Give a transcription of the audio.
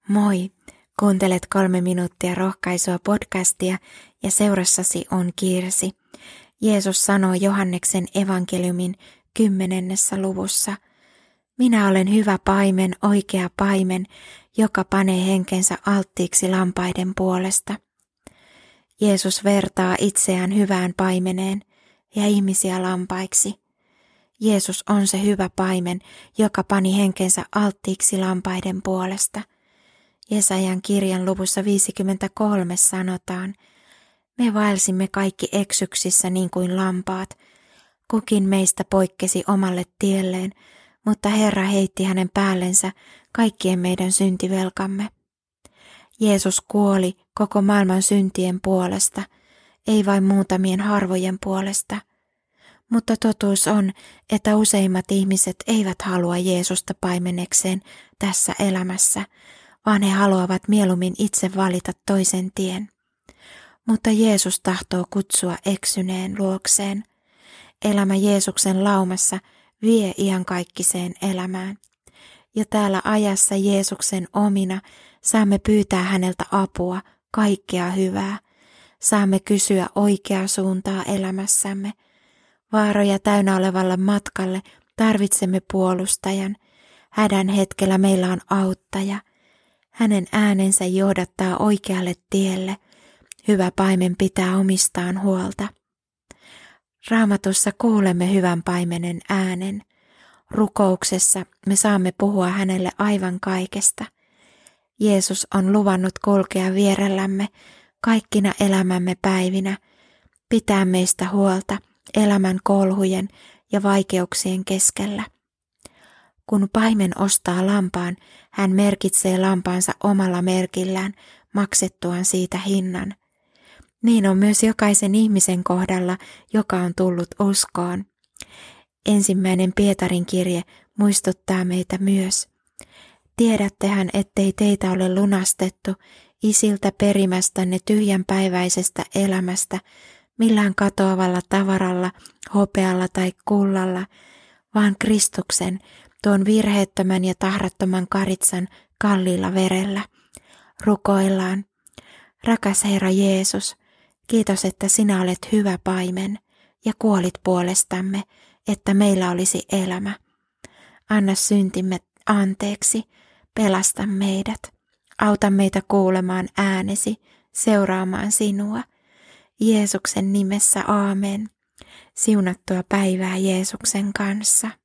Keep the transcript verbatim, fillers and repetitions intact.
Moi! Kuuntelet kolme minuuttia rohkaisua podcastia ja seurassasi on Kirsi. Jeesus sanoo Johanneksen evankeliumin kymmenennessä luvussa: Minä olen hyvä paimen, oikea paimen, joka panee henkensä alttiiksi lampaiden puolesta. Jeesus vertaa itseään hyvään paimeneen ja ihmisiä lampaiksi. Jeesus on se hyvä paimen, joka pani henkensä alttiiksi lampaiden puolesta. Jesajan kirjan luvussa viisikymmentäkolme sanotaan: Me vaelsimme kaikki eksyksissä niin kuin lampaat. Kukin meistä poikkesi omalle tielleen, mutta Herra heitti hänen päällensä kaikkien meidän syntivelkamme. Jeesus kuoli koko maailman syntien puolesta, ei vain muutamien harvojen puolesta. Mutta totuus on, että useimmat ihmiset eivät halua Jeesusta paimenekseen tässä elämässä, vaan he haluavat mieluummin itse valita toisen tien. Mutta Jeesus tahtoo kutsua eksyneen luokseen. Elämä Jeesuksen laumassa vie iankaikkiseen elämään. Ja täällä ajassa Jeesuksen omina saamme pyytää häneltä apua, kaikkea hyvää. Saamme kysyä oikeaa suuntaa elämässämme. Vaaroja täynnä olevalle matkalle tarvitsemme puolustajan. Hädän hetkellä meillä on auttaja. Hänen äänensä johdattaa oikealle tielle. Hyvä paimen pitää omistaan huolta. Raamatussa kuulemme hyvän paimenen äänen. Rukouksessa me saamme puhua hänelle aivan kaikesta. Jeesus on luvannut kulkea vierellämme kaikkina elämämme päivinä, pitää meistä huolta elämän kolhujen ja vaikeuksien keskellä. Kun paimen ostaa lampaan, hän merkitsee lampaansa omalla merkillään maksettuaan siitä hinnan. Niin on myös jokaisen ihmisen kohdalla, joka on tullut uskoon. Ensimmäinen Pietarin kirje muistuttaa meitä myös. Tiedättehän, ettei teitä ole lunastettu isiltä perimästänne tyhjänpäiväisestä elämästä millään katoavalla tavaralla, hopealla tai kullalla, vaan Kristuksen, tuon virheettömän ja tahrattoman karitsan kalliilla verellä. Rukoillaan: Rakas Herra Jeesus, kiitos, että sinä olet hyvä paimen ja kuolit puolestamme, että meillä olisi elämä. Anna syntimme anteeksi, pelasta meidät. Auta meitä kuulemaan äänesi, seuraamaan sinua. Jeesuksen nimessä aamen. Siunattua päivää Jeesuksen kanssa.